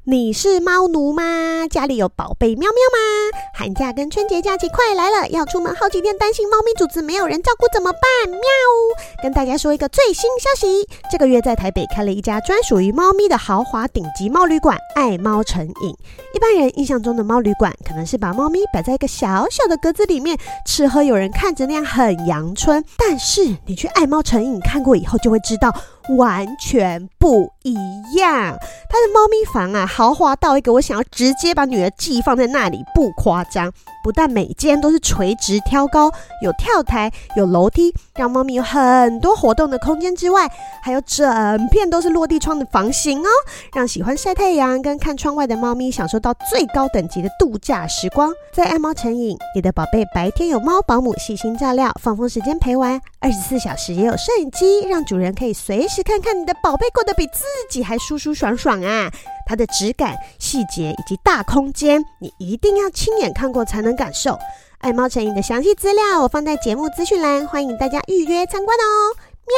你是猫奴吗？家里有宝贝喵喵吗？寒假跟春节假期快来了，要出门好几天，担心猫咪主子没有人照顾怎么办？喵！跟大家说一个最新消息，这个月在台北开了一家专属于猫咪的豪华顶级猫旅馆——爱猫成瘾。一般人印象中的猫旅馆，可能是把猫咪摆在一个小小的格子里面，吃喝有人看着那样很阳春。但是你去爱猫成瘾看过以后，就会知道完全不一样。它的猫咪房啊，豪华到一个我想要直接把女儿寄放在那里，不夸张。不但每间都是垂直挑高，有跳台，有楼梯，让猫咪有很多活动的空间之外，还有整片都是落地窗的房型哦，让喜欢晒太阳跟看窗外的猫咪享受到最高等级的度假时光。在爱猫成瘾，你的宝贝白天有猫保姆细心照料，放风时间陪玩，24小时也有摄影机，让主人可以随时看看你的宝贝过得比自己还舒舒爽爽啊。它的质感、细节以及大空间，你一定要亲眼看过才能感受。爱猫成瘾的详细资料我放在节目资讯栏，欢迎大家预约参观哦。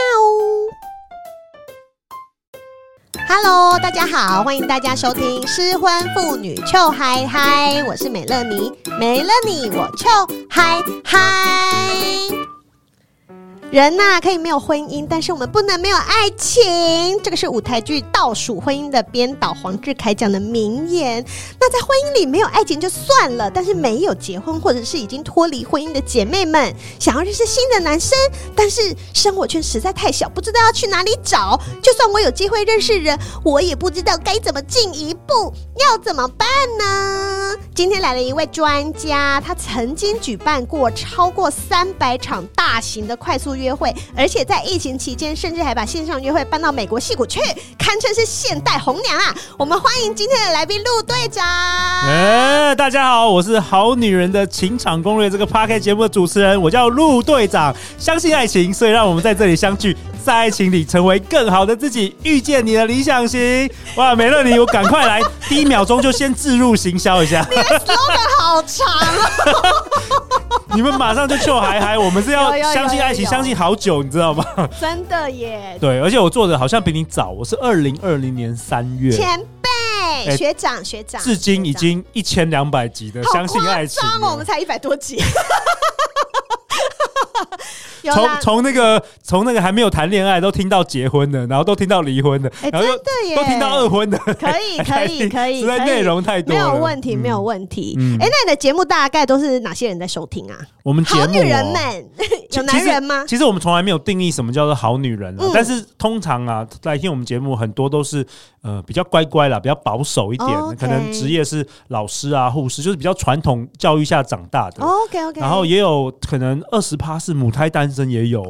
喵 ！Hello， 大家好，欢迎大家收听失婚妇女臭嗨嗨，我是美乐妮，没了你我臭嗨嗨。人呐，可以没有婚姻，但是我们不能没有爱情。这个是舞台剧《倒数婚姻》的编导黄志凯讲的名言。那在婚姻里没有爱情就算了，但是没有结婚或者是已经脱离婚姻的姐妹们，想要认识新的男生，但是生活圈实在太小，不知道要去哪里找。就算我有机会认识人，我也不知道该怎么进一步，要怎么办呢？今天来了一位专家，他曾经举办过超过300场大型的快速约会，而且在疫情期间甚至还把线上约会搬到美国矽谷去，堪称是现代红娘啊！我们欢迎今天的来宾陆队长。 大家好，我是好女人的情场攻略这个 Podcast 节目的主持人，我叫陆队长。相信爱情，所以让我们在这里相聚，在爱情里成为更好的自己，遇见你的理想型。哇，美乐妮，我赶快来，第1秒钟就先置入行销一下。 你的 slogan 好长哦！ 你们马上就臭嗨嗨，我们是要相信爱情，相信好久，你知道吗？ 真的耶！ 对，而且我做的好像比你早，我是2020年3月。 前辈，学长， 至今已经1200集的相信爱情， 我们才100多集。 从那个还没有谈恋爱都听到结婚的，然后都听到离婚的，然后真的耶， 都听到二婚的， 可以， 实在内容太多了， 没有问题，没有问题。那你的节目大概都是哪些人在收听啊？ 我们节目好女人们有男人吗？ 其实我们从来没有定义什么叫做好女人但是通常啊，来听我们节目很多都是比较乖乖啦，比较保守一点的，可能职业是老师啊、护士，就是比较传统教育下长大的。 OK， 然后也有可能20%是母胎单身也有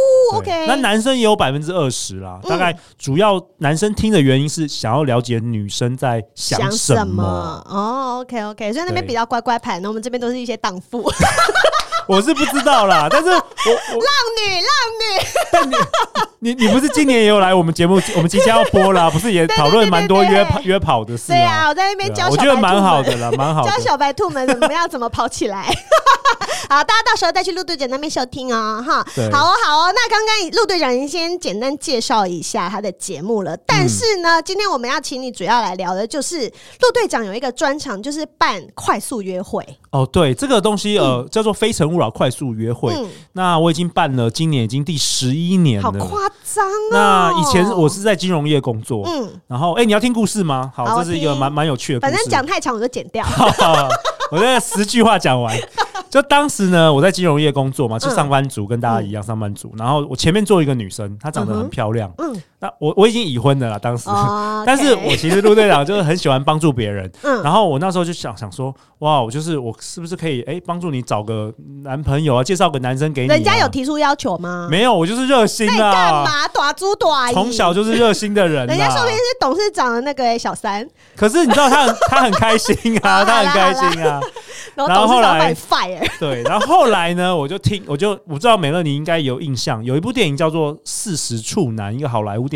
OK， 那男生也有20%啦，大概主要男生听的原因是想要了解女生在想什么。 OK， 所以那边比较乖乖牌，那我们这边都是一些荡妇。 我是不知道啦，但是浪女， 但你不是今年也有来我们节目，我们即将要播啦，不是也讨论蛮多约跑的事吗？ 对啊，我在那边教小白兔们， 我觉得蛮好的啦，蛮好的， 教小白兔们怎么跑起来。好，大家到时候再去陆队长那边收听哦，哈。好哦。那刚刚陆队长已经先简单介绍一下他的节目了，但是呢，今天我们要请你主要来聊的就是陆队长有一个专长，就是办快速约会。 对，这个东西叫做非诚勿扰快速约会。那我已经办了，今年已经第11年了， 好夸张哦。 那以前我是在金融业工作，然后你要听故事吗？好，这是一个蛮有趣的故事。 反正讲太长我就剪掉。 我这10句话讲完。就当时呢，我在金融业工作嘛，就上班族，跟大家一样上班族。然后我前面坐一个女生，她长得很漂亮。那我已经已婚了啦，当时。但是我其实陆队长就是很喜欢帮助别人。然后我那时候就想说，哇，我是不是可以帮助你找个男朋友啊，介绍个男生给你？人家有提出要求吗？ 没有，我就是热心啊。 那你干嘛短猪短？ 从小就是热心的人。 人家说不定是董事长的那个小三。 可是你知道他很开心啊，他很开心啊。 然后后来对，然后后来呢，我知道美乐你应该有印象，有一部电影叫做《40处男》，一个好莱坞电影，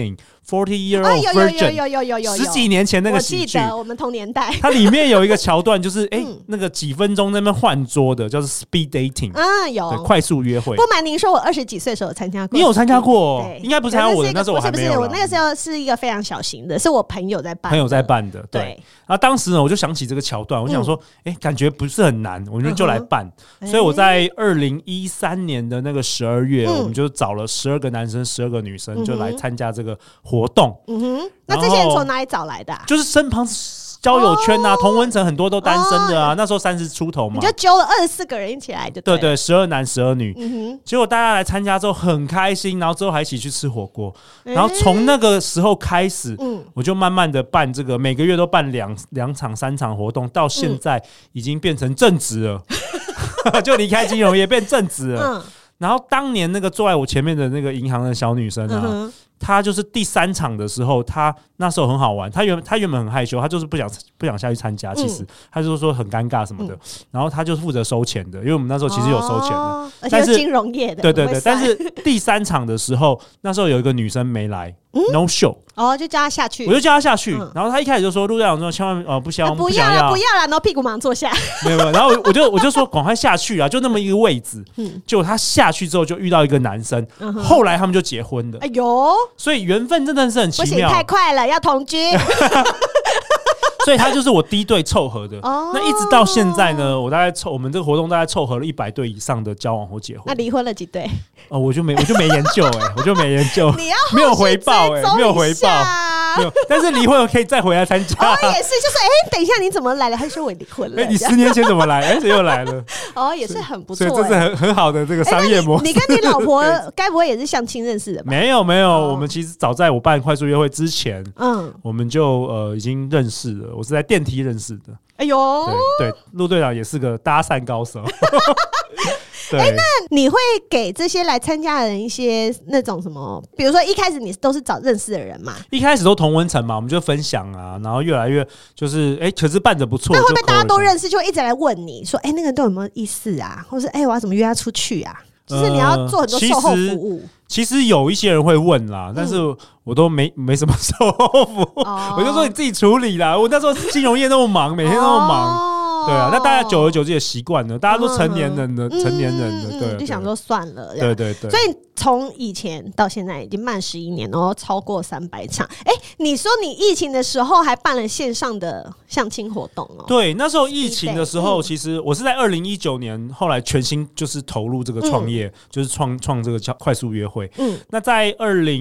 40-year-old virgin， 有 10几年前那个喜剧， 我记得我们同年代。 它里面有一个桥段，就是那个几分钟那边换桌的，叫做 speed dating， 有快速约会。 不瞒您说，我20几岁的时候有参加过。 你有参加过？应该不是参加我的，那时候我还没有。 不是，我那个时候是一个非常小型的，是我朋友在办的。对。然后当时呢，我就想起这个桥段，我想说，感觉不是很难，我们就来办。所以我在2013年的那个12月，我们就找了12个男生、12个女生，就来参加这个活动。 那这些人从哪里找来的？ 就是身旁交友圈啊，同温层很多都单身的啊，那时候30出头嘛， 你就揪了24个人一起来就对。 对，12男12女，结果大家来参加之后很开心，然后之后还一起去吃火锅，然后从那个时候开始，我就慢慢的办这个，每个月都办2场3场活动，到现在已经变成正职了，就离开金融业变正职了。然后当年那个坐在我前面的那个银行的小女生啊，她就是第3场的时候，她那时候很好玩，她原本很害羞，她就是不想下去参加，其实她就说很尴尬什么的，然后她就是负责收钱的，因为我们那时候其实有收钱的， 而且是金融业的， 对，但是第3场的时候，那时候有一个女生没来，no show， 就叫她下去， 我就叫她下去，然后她一开始就说陆队长说千万不想要， 不要啦，然后屁股马上坐下， 没有，然后我就说赶快下去啊，就那么一个位置，结果她下去之后就遇到一个男生，后来他们就结婚了，哎呦，所以缘分真的是很奇妙， 不行太快了，要同居。 所以他就是我第一对凑合的，那一直到现在呢，我们这个活动大概凑合了100对以上的交往或结婚。 那离婚了几对？ 我就没研究我就没研究， 你要没有回报没有回报，没有。但是离婚我可以再回来参加。 也是，就是等一下你怎么来了？他说我离婚了。 你10年前怎么来？谁又来了？ 也是很不错， 所以这是很好的这个商业模式。 你跟你老婆该不会也是相亲认识的吧？ 没有，我们其实早在我办快速约会之前，我们就已经认识了。我是在电梯认识的。 哎呦， 对，陆队长也是个搭讪高手。 那你会给这些来参加的人一些那种什么？比如说一开始你都是找认识的人嘛？ 一开始都同温层嘛，我们就分享啊，然后越来越就是可是办得不错。 那会不会大家都认识，就一直来问你说，那个人都有没有意思啊？或是我要怎么约他出去啊？就是你要做很多售后服务。 其实有一些人会问啦，但是我都没什么售后服务，我就说你自己处理啦。我那时候金融业那么忙，每天那么忙。对啊，那大家久而久之也习惯了，大家都成年人了，对， 就想说算了， 对。 所以从以前到现在已经办11年，然后超过300场。你说你疫情的时候还办了线上的相亲活动哦？ 对，那时候疫情的时候，其实我是在2019年后来全心就是投入这个创业，就是创这个快速约会。那在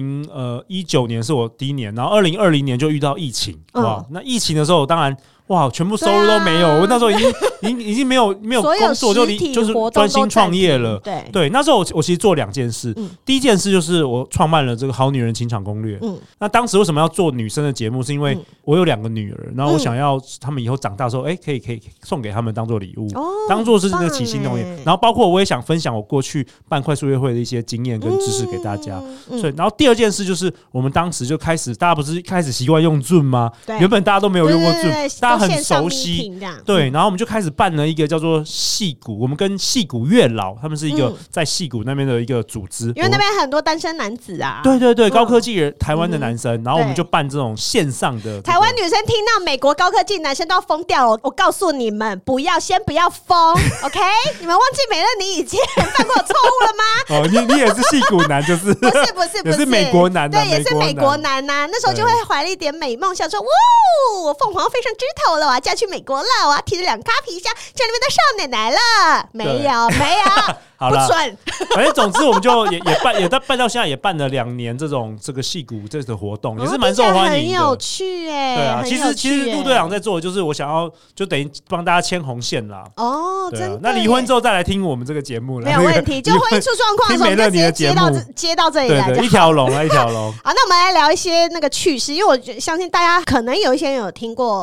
2019年是我第一年，然后2020年就遇到疫情，哇，那疫情的时候当然。哇，全部收入都没有，我那时候已经没有工作，就是专心创业了。对，那时候我其实做2件事，第一件事就是我创办了这个好女人情场攻略。那当时为什么要做女生的节目？是因为我有2个女儿，然后我想要她们以后长大的时候，可以送给她们当做礼物，当做是那个起心动念。然后包括我也想分享我过去办快速约会的一些经验跟知识给大家。所以，然后第2件事就是我们当时就开始，大家不是开始习惯用 Zoom 吗？原本大家都没有用过 Zoom， 大家很熟悉，对，然后我们就开始办了一个叫做矽谷，我们跟矽谷月老，他们是一个在矽谷那边的一个组织， 因为那边很多单身男子啊， 对，高科技人，台湾的男生，然后我们就办这种线上的。 台湾女生听到美国高科技男生都要疯掉了，我告诉你们，先不要疯，OK？ 你们忘记美乐你以前犯过错误了吗？ 你也是矽谷男，就是不是， 也是美国男， 对，也是美国男呐。那时候就会怀了一点美梦，想说，哇，我凤凰飞上枝头了，我要嫁去美国了，我要提着2咖皮箱，这里面的少奶奶了，没有， 好了， 不准。 反正总之我们就也办到现在，也办了2年这个矽谷这个活动，也是蛮受欢迎的， 很有趣对啊，其实陆队长在做的就是我想要就等于帮大家牵红线啦。 真的。 那离婚之后再来听我们这个节目了， 没有问题。就婚姻出状况的时候，我们就直接接到这里来， 对，一条龙。好， 那我们来聊一些那个趣事，因为我相信大家可能有一些人有听过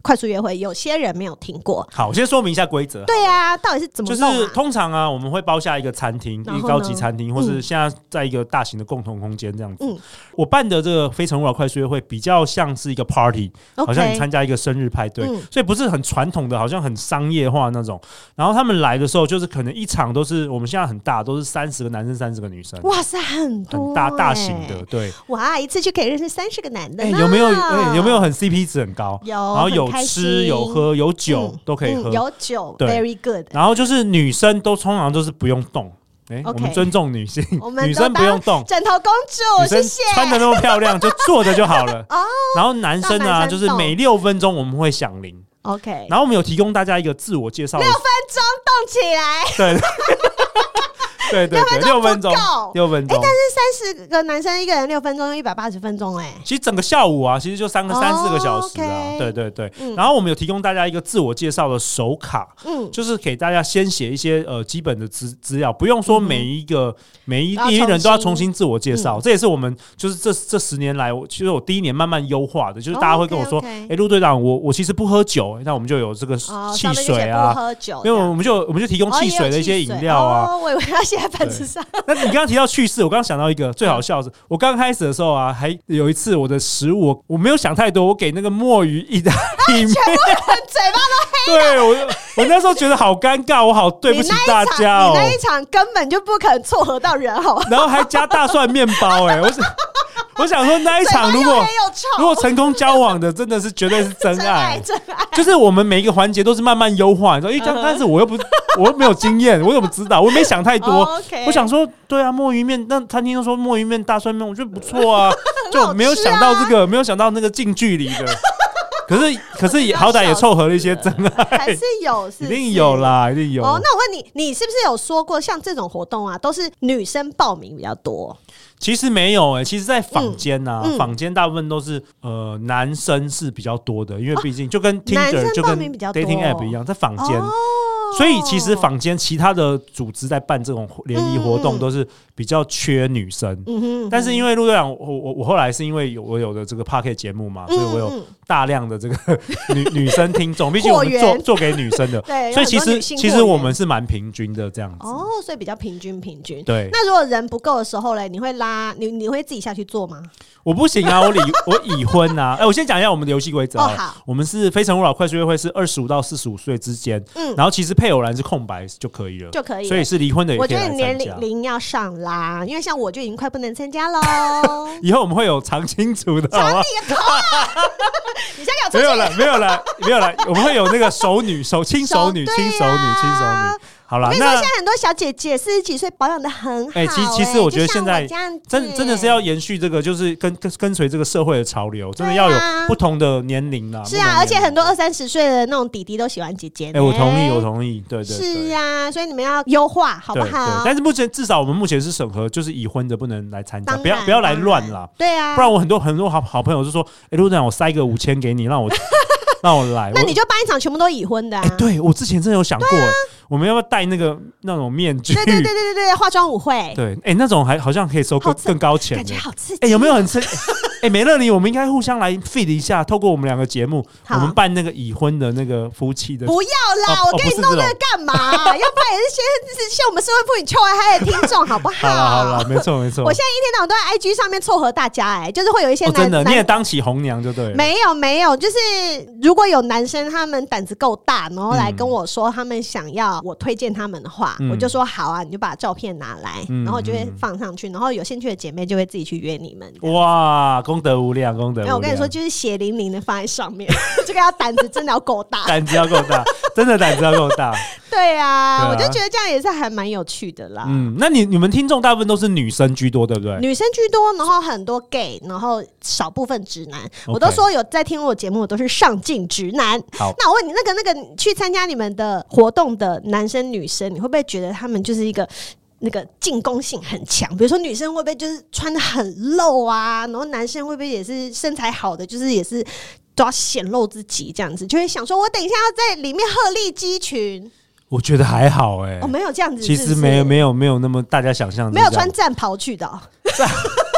快速约会，有些人没有听过。 好，我先说明一下规则。 对啊，到底是怎么弄啊？ 就是通常啊，我们会包下一个餐厅，一个高级餐厅，或是现在在一个大型的共同空间这样子。我办的这个非诚勿扰快速约会比较像是一个 party， 好像你参加一个生日派对，所以不是很传统的，好像很商业化那种。然后他们来的时候，就是可能一场都是我们现在很大，都是30个男生30个女生。 哇塞，很多， 很大型的，对。 哇，一次就可以认识30个男的呢。 有没有很 CP 值很高？ 有， 然后有吃有喝有酒都可以喝， 有酒 ，very good。 然后就是女生都通常都是不用动。我们尊重女性，女生不用动， 枕头公主，谢谢。 穿的那么漂亮，就坐着就好了。然后男生啊，就是每6分钟我们会响铃。 OK， 然后我们有提供大家一个自我介绍，6 分钟动起来。 对，6分钟，6分钟。 但是30个男生一个人6分钟，180分钟其实整个下午啊，其实就3、4个小时啊。对。然后我们有提供大家一个自我介绍的手卡，就是给大家先写一些基本的资料，不用说每一人都要重新自我介绍。这也是我们就是这10年来，其实我第1年慢慢优化的，就是大家会跟我说，陆队长，我其实不喝酒，那我们就有这个汽水啊，因为我们就提供汽水的一些饮料啊。 我以为要写在本子上。 那你刚刚提到趣事，我刚刚想到一个最好笑的是，我刚开始的时候啊，还有一次我的食物我没有想太多，我给那个墨鱼意大利面， 全部人嘴巴都黑了。对，我那时候觉得好尴尬，我好对不起大家你那一场根本就不可能撮合到人，好吧？ 然后还加大蒜面包，我想说那一场如果成功交往的，真的是绝对是真爱。就是我们每一个环节都是慢慢优化。你说，因为刚开始我又没有经验，我怎么知道？我没想太多。我想说，对啊，墨鱼面，那餐厅都说墨鱼面、大蒜面，我觉得不错啊，就没有想到这个，没有想到那个近距离的。可是也好歹也凑合了一些真爱， 还是有， 一定有啦，一定有。 那我问你，你是不是有说过，像这种活动啊，都是女生报名比较多？ 其实没有其实在坊间啊，坊间大部分都是男生是比较多的，因为毕竟就跟 Tinder 就跟 dating app 一样，在坊间。所以其实坊间其他的组织在办这种联谊活动都是比较缺女生，但是因为陆队长，我后来是因为我有的这个 Podcast 节目嘛，所以我有大量的这个女生听众，毕竟我们做给女生的，所以其实我们是蛮平均的这样子。 所以比较平均。 对。 那如果人不够的时候嘞，你会自己下去做吗？ 我不行啊，我已婚啊。我先讲一下我们的游戏规则。 好， 我们是非诚勿扰快速约会，是25到45岁之间，然后其实配偶栏是空白就可以了，所以是离婚的也可以来参加。 我觉得年龄要上啦，因为像我就已经快不能参加喽。 以后我们会有常青组的， 常你的头啊！你现在有出现？没有了，我们会有那个轻熟女。好啦， 我跟你说，现在很多小姐姐40几岁保养的很好。 其实我觉得现在真的是要延续这个，就是跟随这个社会的潮流，真的要有不同的年龄啦。 是啊，而且很多20、30岁的那种弟弟都喜欢姐姐。 我同意，对。 是啊，所以你们要优化，好不好？ 但是至少我们目前是审核，就是已婚的不能来参加，不要来乱啦。 对啊， 不然我很多好朋友就说，陆队长，我塞个5000给你，让我来。 那你就办一场全部都已婚的。 对，我之前真的有想过。我们要不要戴那种面具？ 对，化妆舞会。 对，那种好像可以收更高钱的， 感觉好刺激。 有没有很刺激？美乐妮，我们应该互相来 feed 一下，透过我们2个节目，我们办那个已婚的那个夫妻的。 不要啦，我给你弄那个干嘛？要不然也是像我们社会妇女秋爱嗨的听众，好不好？ 好了，没错。我现在一天到晚都在 IG 上面撮合大家，就是会有一些真的，你也当起红娘就对了。 没有，就是如果有男生他们胆子够大，然后来跟我说他们想要我推荐他们的话，我就说好啊，你就把照片拿来，然后就会放上去，然后有興趣的姐妹就会自己去约你们。 哇，功德无量。 没有，我跟你说，就是血淋淋的放在上面，这个要胆子真的要够大， 胆子要够大，真的胆子要够大。 对啊，我就觉得这样也是还蛮有趣的啦。 那你们听众大部分都是女生居多，对不对？ 女生居多，然后很多 gay， 然后少部分直男。我都说有在听我节目，我都是上进直男。 好， 那我问你，那个去参加你们的活动的男生女生，你会不会觉得他们就是一个那个进攻性很强？比如说女生会不会就是穿得很露啊，然后男生会不会也是身材好的，就是也是都要显露自己这样子，就会想说我等一下要在里面鹤立鸡群。 我觉得还好没有这样子， 其实没有那么大家想象的， 没有穿战袍去的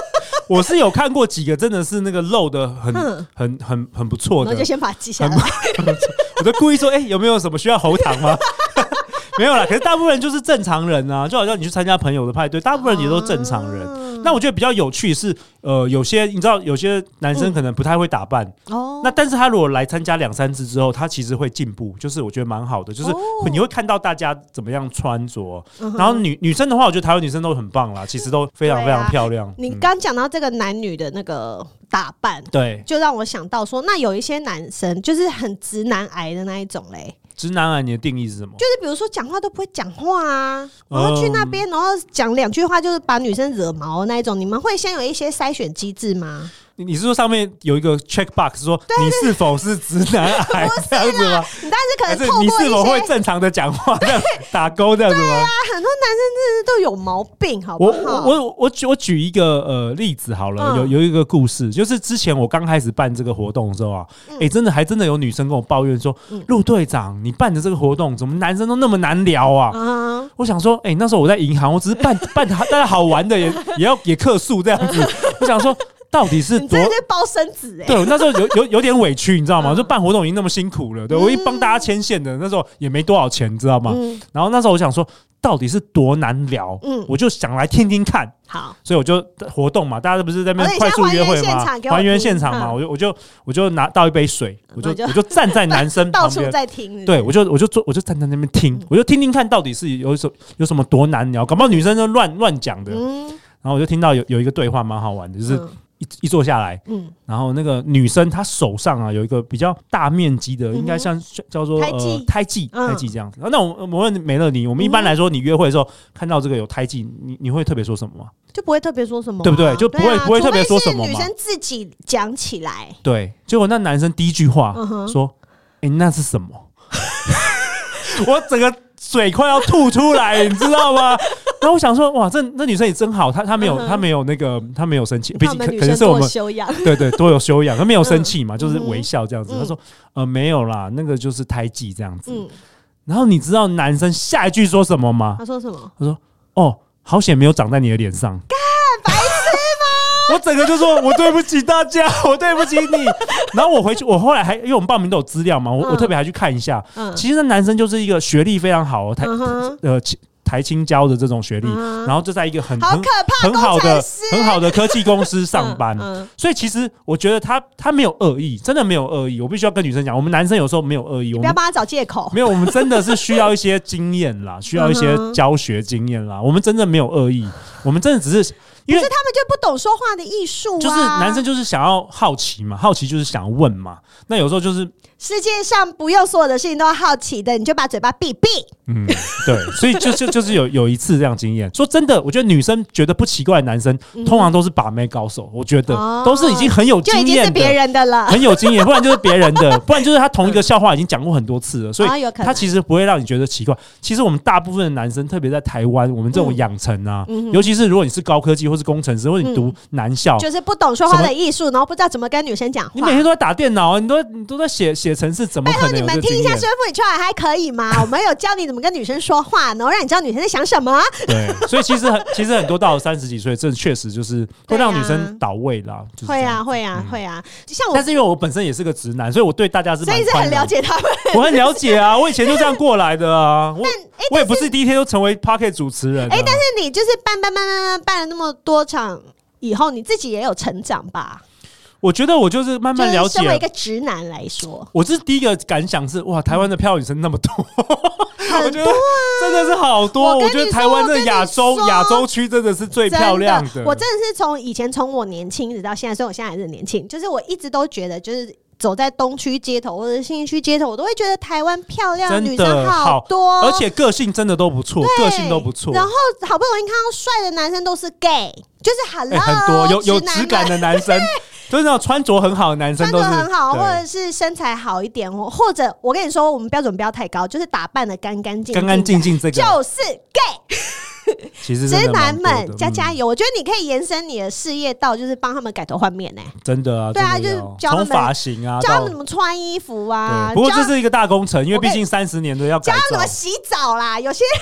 我是有看过几个真的是那个露的很不错的， 然后就先把它记下来。 我就故意说，有没有什么需要喉糖吗？没有啦，可是大部分人就是正常人啊，就好像你去参加朋友的派对，大部分人也都正常人。那我觉得比较有趣是，有些你知道，有些男生可能不太会打扮，那但是他如果来参加2-3次之后，他其实会进步，就是我觉得蛮好的，就是你会看到大家怎么样穿着。然后女生的话，我觉得台湾女生都很棒啦，其实都非常非常漂亮。 你刚讲到这个男女的那个打扮， 对， 就让我想到说，那有一些男生就是很直男癌的那一种嘞。 直男癌你的定义是什么？ 就是比如说讲话都不会讲话啊，然后去那边，然后讲2句话就是把女生惹毛的那一种。你们会先有一些筛选机制吗？ 你是说上面有一个 check box 说你是否是直男癌这样子吗？ 但是可能透过你是否会正常的讲话这样打勾这样子吗？对啊，很多男生真的都有毛病，好不好？ 我举一个例子好了，有一个故事，就是之前我刚开始办这个活动的时候啊，真的有女生跟我抱怨说，陆队长，你办的这个活动怎么男生都那么难聊啊？我想说，那时候我在银行，我只是办大家好玩的，也客诉这样子，我想说。到底是你真的在包生子对，我那时候有点委屈，你知道吗？就办活动已经那么辛苦了，对我一帮大家牵线的，那时候也没多少钱，你知道吗？然后那时候我想说，到底是多难聊，我就想来听听看。 好， 所以我就活动嘛，大家不是在那边快速约会嘛，还原现场嘛，我就拿倒一杯水，我就站在男生旁边， 到处在听， 对，我就站在那边听，我就听听看到底是有什么多难聊，搞不好女生就乱讲的。然后我就听到有一个对话蛮好玩的，就是一坐下来，然后那个女生她手上啊有一个比较大面积的，应该像叫做胎记这样子。那我问美乐妮，我们一般来说，你约会的时候看到这个有胎记，你会特别说什么吗？ 就不会特别说什么， 对不对？就不会特别说什么嘛。 女生自己讲起来， 对。结果那男生第一句话说：“那是什么？”我整个水快要吐出来，你知道吗？然后我想说，哇，这女生也真好，她没有生气，毕竟可能是我们修养， 对都有修养，她没有生气嘛，就是微笑这样子。她说没有啦，那个就是胎记这样子。然后你知道男生下一句说什么吗？ 他说什么？ 他说好险没有长在你的脸上。 白痴吗？ 我整个就说我对不起大家，我对不起你。然后我回去，我后来因为我们报名都有资料嘛，我特别还去看一下。其实那男生就是一个学历非常好台清交的这种学历，然后就在一个很好的科技公司上班，所以其实我觉得他没有恶意，真的没有恶意。我必须要跟女生讲，我们男生有时候没有恶意， 你不要帮他找借口。 没有，我们真的是需要一些经验啦，需要一些教学经验啦。我们真的没有恶意，我们真的只是。因为他们就不懂说话的艺术啊， 就是男生就是想要好奇嘛，好奇就是想要问嘛。那有时候就是世界上不用所有的事情都要好奇的，你就把嘴巴闭。 对，所以就是有一次这样经验。说真的，我觉得女生觉得不奇怪的男生，通常都是把妹高手。我觉得都是已经很有经验的，就已经是别人的了， 很有经验，不然就是别人的，不然就是他同一个笑话已经讲过很多次了，所以他其实不会让你觉得奇怪。其实我们大部分的男生，特别在台湾，我们这种养成啊，尤其是如果你是高科技或是工程师，或者你读男校， 就是不懂说话的艺术，然后不知道怎么跟女生讲话。 你每天都在打电脑，你都在写程式，怎么可能有这个经验？拜托你们听一下《说服你出来》还可以吗？我们有教你怎么跟女生说话，然后让你知道女生在想什么。 对，所以其实很多到了30几岁，这确实就是会让女生倒位啦。 会啊。像我， 但是因为我本身也是个直男，所以我对大家是所以是很了解他们。 我很了解啊，我以前就这样过来的啊。我也不是第一天就成为 Podcast 主持人。 但是你就是办了那么多场以后，你自己也有成长吧？ 我觉得我就是慢慢了解。 身为一个直男来说， 我是第一个感想是，哇，台湾的漂亮女生那么多， 很多啊， 真的是好多。我觉得台湾的亚洲区真的是最漂亮的。 我真的是从我年轻一直到现在，所以我现在还是年轻，就是我一直都觉得，就是走在东区街头或者信义区街头，我都会觉得台湾漂亮的女生好多， 而且个性真的都不错，个性都不错。 然后好不容易看到帅的男生都是 gay， 就是很多有质感的男生。就是那种穿着很好的男生都是， 穿着很好，或者是身材好一点，或者我跟你说，我们标准不要太高，就是打扮的干干净净， 这个就是 gay。 其实直男们加油！我觉得你可以延伸你的事业到，就是帮他们改头换面真的啊， 对啊，就是教他们发型啊， 教他们怎么穿衣服啊。 不过这是一个大工程，因为毕竟30年都要改造。 教他们怎么洗澡啦，有些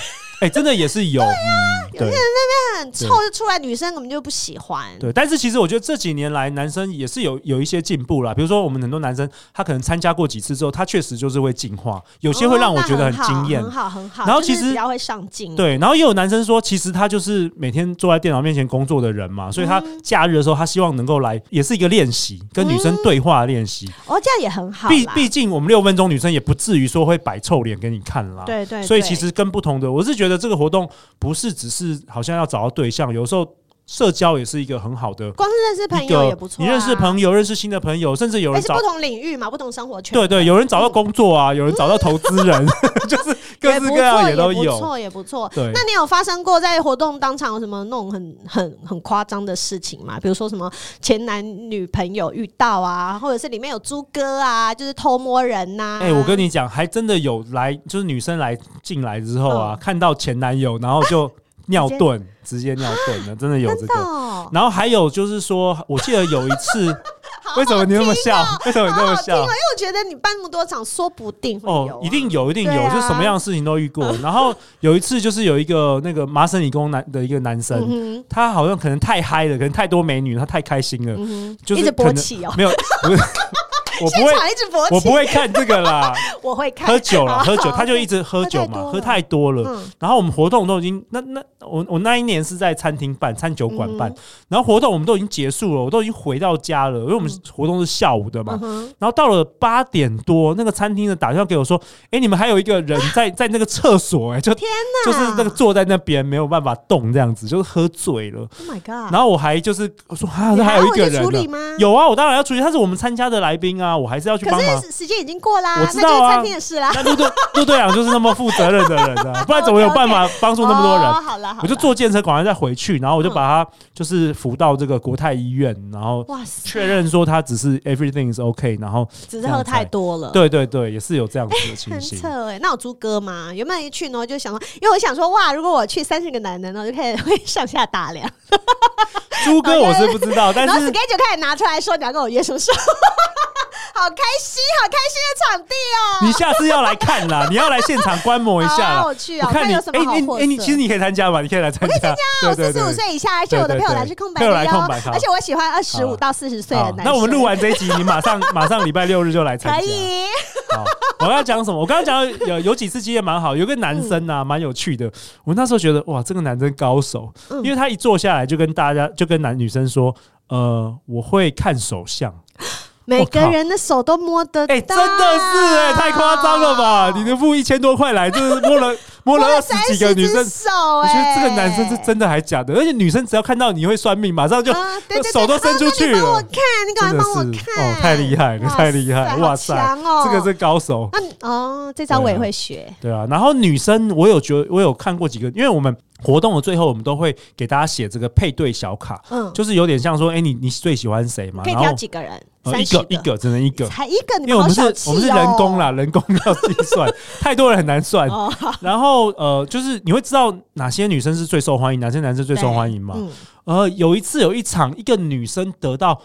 真的也是有。 有些人那边很臭就出来，女生根本就不喜欢。 对，但是其实我觉得这几年来，男生也是有一些进步啦。比如说，我们很多男生，他可能参加过几次之后，他确实就是会进化，有些会让我觉得很惊艳， 很好，很好。 然后其实比较会上进。 对，然后也有男生说，其实他就是每天坐在电脑面前工作的人嘛，所以他假日的时候，他希望能够来，也是一个练习，跟女生对话的练习。 这样也很好。 毕竟我们6分钟，女生也不至于说会摆臭脸给你看啦。 对对。 所以其实跟不同的，我是觉得这个活动不是只是好像要找到对象，有时候社交也是一个很好的， 光是认识朋友也不错。 你认识朋友，认识新的朋友，甚至有人找不同领域嘛，不同生活圈。 对对，有人找到工作啊，有人找到投资人，就是各式各样也都有， 也不错，也不错。 对， 那你有发生过在活动当场有什么那种很夸张的事情吗？比如说什么前男女朋友遇到啊，或者是里面有猪哥啊，就是偷摸人呐？ 我跟你讲，还真的有来，就是女生进来之后啊，看到前男友，然后就尿遁，直接尿遁了，真的有这个。然后还有就是说，我记得有一次，为什么你那么笑？为什么你那么笑？ 因为我觉得你办那么多场，说不定会有。 一定有，一定有，就是什么样的事情都遇过。然后有一次，就是有一个那个麻省理工的一个男生，他好像可能太嗨了，可能太多美女，他太开心了，就是一直勃起哦， 没有，不是。我不会看这个啦， 我会看喝酒了，喝酒他就一直喝酒嘛，喝太多了。然后我们活动都已经我那一年是在餐厅办，餐酒馆办，然后活动我们都已经结束了，我都已经回到家了，因为我们活动是下午的嘛。然后到了8点多，那个餐厅的打电话给我说：“你们还有一个人在那个厕所，就天哪， 就是那个坐在那边没有办法动，这样子就是喝醉了。” Oh my god！ 然后我还就是我说这还有一个人处理吗？ 有啊，我当然要处理，他是我们参加的来宾啊，我还是要去帮忙。 可是时间已经过啦， 我知道啊， 那就是餐厅的事啦。 那陆队长就是那么负责任的人啊，不然怎么有办法帮助那么多人？ 好了， 我就坐电车赶快再回去，然后我就把他就是扶到这个国泰医院，然后确认说他只是 everything is OK， 然后只是喝太多了。 对对对，也是有这样子的情形。 很扯那有猪哥吗？有没有一去呢？就想说，因为我想说哇，如果我去30个男人呢，我就可以会上下打量。 猪哥我是不知道，但是然后 schedule 开始拿出来说你要跟我约什么时候。好开心的场地哦！ 你下次要来看啦，你要来现场观摩一下啦。 我去啊！我看有什么好货色。 其实你可以参加嘛，你可以来参加。 我可以参加，我45岁以下，而且我的配偶栏是空白的哟。而且我喜欢25到40岁的男生。 那我们录完这一集，你马上礼拜6日就来参加。 可以。 好，我要讲什么？我刚刚讲有几次经验蛮好，有个男生啊，蛮有趣的。我那时候觉得哇，这个男生高手，因为他一坐下来就跟女生说，我会看手相。 每个人的手都摸得到， 真的是太夸张了吧！你的付1000多块来，就是摸了20几个女生手， 我觉得这个男生是真的还假的？而且女生只要看到你会算命，马上就手都伸出去了。 你帮我看，你赶快帮我看， 太厉害了，太厉害！哇塞，这个是高手。 这招我也会学。 对啊，然后女生我有看过几个，因为我们活动的最后，我们都会给大家写这个配对小卡，就是有点像说，你最喜欢谁嘛？ 可以挑几个人？ 一个，只能一个， 才一个， 因为我们是人工啦，人工要计算，太多人很难算。然后就是你会知道哪些女生是最受欢迎，哪些男生最受欢迎嘛？有一场，一个女生得到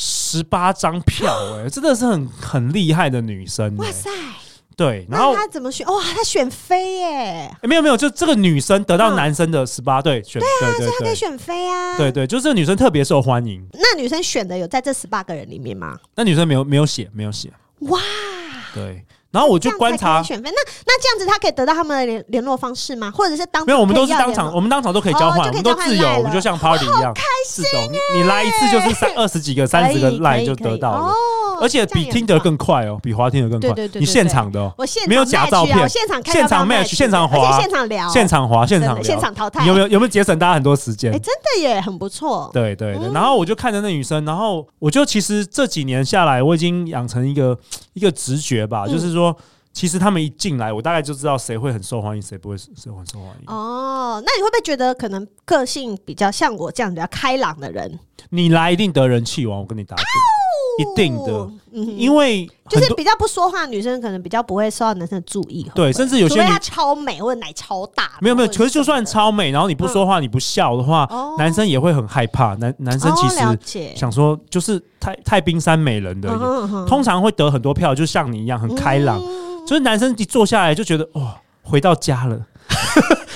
18张票，真的是很厉害的女生。 哇塞！ 对，然后他怎么选？哇，他选妃耶！ 没有，就这个女生得到男生的18对选， 对，所以他可以选妃啊。 对，就是这个女生特别受欢迎。 那女生选的有在这18个人里面吗？ 那女生没有写。 哇， 对。然后我就观察选妃，那这样子，他可以得到他们的联络方式吗？或者是没有，我们都是当场，我们当场都可以交换，我们都自由，我们就像 party 一样， 开心。 你来一次就是20几个、30个赖就得到了。而且比听得更快哦，比滑听得更快。 对， 你现场的， 我现场没有假照片， 现场 match， 现场滑， 现场聊， 现场滑，现场聊， 现场淘汰。 有没有节省大家很多时间？ 真的耶，很不错。 对。然后我就看着那女生，然后我就其实这几年下来，我已经养成一个直觉吧，就是说。其实他们一进来，我大概就知道谁会很受欢迎，谁不会很受欢迎。 那你会不会觉得可能个性比较像我这样比较开朗的人？ 你来一定得人气王，我跟你打赌，一定的。因为就是比较不说话的女生，可能比较不会受到男生的注意。 对，甚至有些她超美或者奶超大。 没有，可是就算超美，然后你不说话，你不笑的话，男生也会很害怕。男生其实想说，就是太冰山美人的，通常会得很多票，就像你一样很开朗。就是男生一坐下来就觉得哇，回到家了，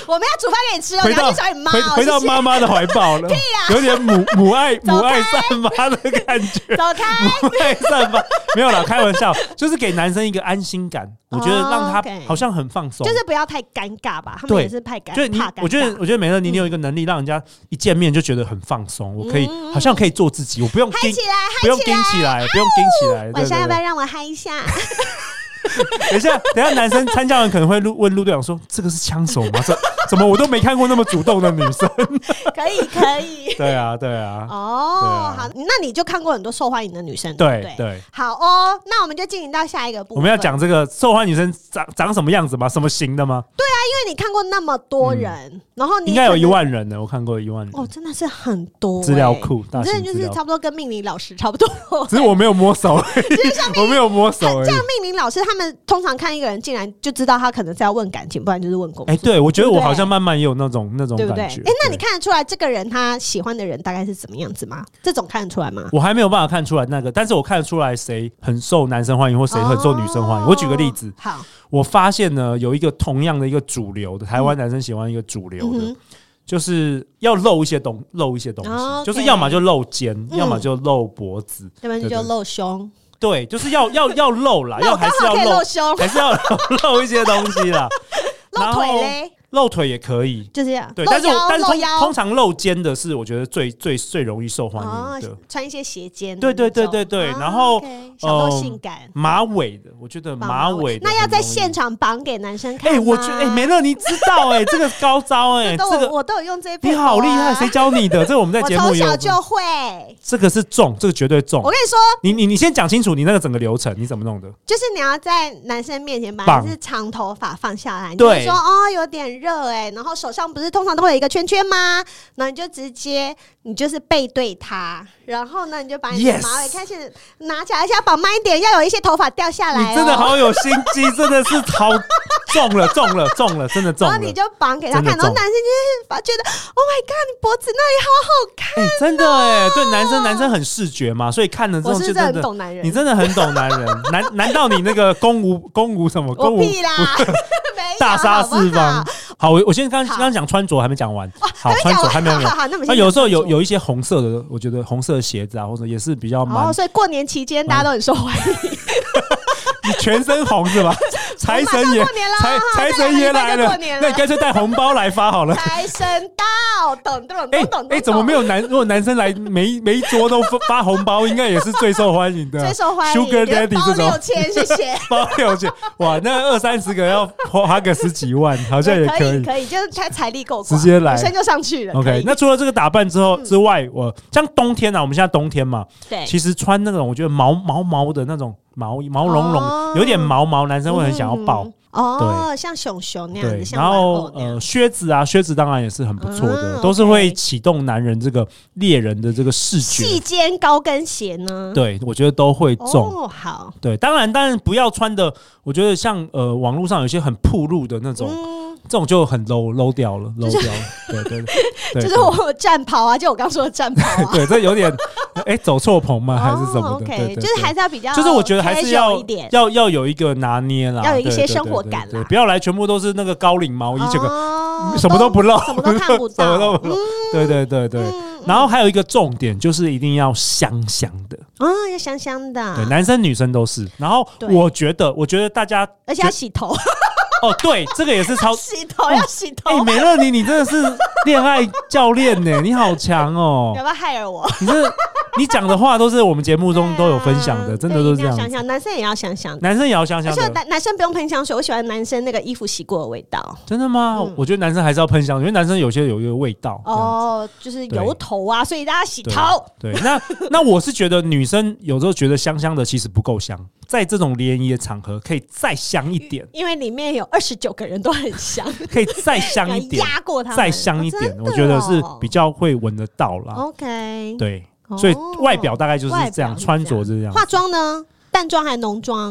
我们要煮饭给你吃哦，你要去找你妈哦， 回到妈妈的怀抱了，有点母爱散发的感觉。 走开， 母爱散发没有啦，开玩笑，就是给男生一个安心感。我觉得让他好像很放松， 就是不要太尴尬吧。他们也是怕尴尬。 我觉得美乐你有一个能力，让人家一见面就觉得很放松。我可以好像可以做自己，我不用嗨起来， 不用盯起来。 晚上要不要让我嗨一下？ 等一下，男生参加完可能会问陆队长说：“这个是枪手吗？怎么我都没看过那么主动的女生？” 可以。 对啊。 哦，好，那你就看过很多受欢迎的女生， 对。 好哦，那我们就进行到下一个部分。 我们要讲这个受欢迎女生长什么样子吗？什么型的吗？ 对啊，因为你看过那么多人，然后你应该有1万人呢，我看过1万人。 哦，真的是很多资料库， 真的就是差不多跟命理老师差不多。 只是我没有摸手，我没有摸手。 这样命理老师他们通常看一个人进来就知道他可能是要问感情，不然就是问工作。 对，我觉得我好像慢慢也有那种对不对？ 感觉。 那你看得出来这个人他喜欢的人大概是怎么样子吗？这种看得出来吗？ 我还没有办法看出来那个，但是我看得出来谁很受男生欢迎，或谁很受女生欢迎。我举个例子， 好， 我发现呢有一个同样的一个主流的台湾男生喜欢一个主流的。就是要露一些东西，就是要么就露肩，要么就露脖子， 要不然就露胸。 对，就是要露啦，还是要露胸， 还是要露一些东西啦。 露腿嘞？ 露腿也可以， 就是这样。 对，但是通常露肩的是我觉得最容易受欢迎的， 穿一些斜肩。 对，然后小露性感， 马尾的，我觉得马尾的那要在现场绑给男生看吗？ 我觉得美乐你知道这个高招这个我都有用这一配。 你好厉害，谁教你的？这个我们在节目我从小就会。 这个是中，这个绝对中。 我跟你说， 你先讲清楚你那个整个流程你怎么弄的？ 就是你要在男生面前把是长头发放下来，你就说有点热然后手上不是通常都会有一个圈圈吗？然后你就直接你就是背对他，然后呢你就把你的马尾开始拿起来，而且要绑慢一点，要有一些头发掉下来。 你真的好有心机，真的是好中了，真的中了。 然后你就绑给他看，然后男生就觉得 Oh my God， 你脖子那里好好看真的对，男生很视觉嘛，所以看了之后就真的很懂男人。 你真的很懂男人。难道你那个公无什么？ 我屁啦， 大杀四方。好，我先刚讲穿着还没讲完。好，穿着还没有。 好，那有时候有一些红色的，我觉得红色的鞋子啊，或者也是比较蛮。 所以过年期间大家都很受欢迎。 你全身红是吧？财神爷来了，那你干脆带红包来发好了。 财神到，懂。 怎么没有如果男生来每一桌都发红包，应该也是最受欢迎的。 最受欢迎 Sugar Daddy 这种包6000，谢谢。 包6000，哇，那20-30个要花个10几万，好像也可以，就是他财力够， 直接来， 女生就上去了。 OK， 那除了这个打扮之外，我像冬天啊，我们现在冬天嘛， 对， 其实穿那种我觉得毛的那种毛茸茸，有点毛，男生会很想要抱。 对，像熊熊那样子。 然后靴子当然也是很不错的，都是会启动男人这个猎人的这个视觉。 细肩高跟鞋呢？ 对，我觉得都会中。 好， 对，当然不要穿的，我觉得像网络上有些很暴露的那种。这种就很 low 掉了，对， 就是我战袍啊，就我刚说的战袍啊， 对，这有点走错棚吗？还是什么的？ 对，就是还是要比较， 就是我觉得还是要有一个拿捏啦， 要有一些生活感啦， 不要来全部都是那个高领毛衣，这个什么都不露， 什么都看不到， 什么都不露，对。然后还有一一个点就是一定要香香的要香香的， 对，男生女生都是。然后我觉得大家， 而且要洗头。 对，这个也是超洗头要洗头。 美乐你真的是恋爱教练呢，你好强哦！ 要不要害了我？ 你讲的话都是我们节目中都有分享的，真的都是这样。 想想，男生也要香香的， 男生也要香香的。 而且男生不用喷香水，我喜欢男生那个衣服洗过的味道。 真的吗？我觉得男生还是要喷香水，因为男生有些有一个味道。 就是油头啊，所以大家洗头。 对，那我是觉得女生有时候觉得香香的其实不够香，在这种联谊的场合可以再香一点， 因为里面有29个人都很香， 可以再香一点， 压过他们， 再香一点，我觉得是比较会闻得到啦。 OK， 对，所以外表大概就是这样，穿着是这样。 化妆呢？淡妆还是浓妆？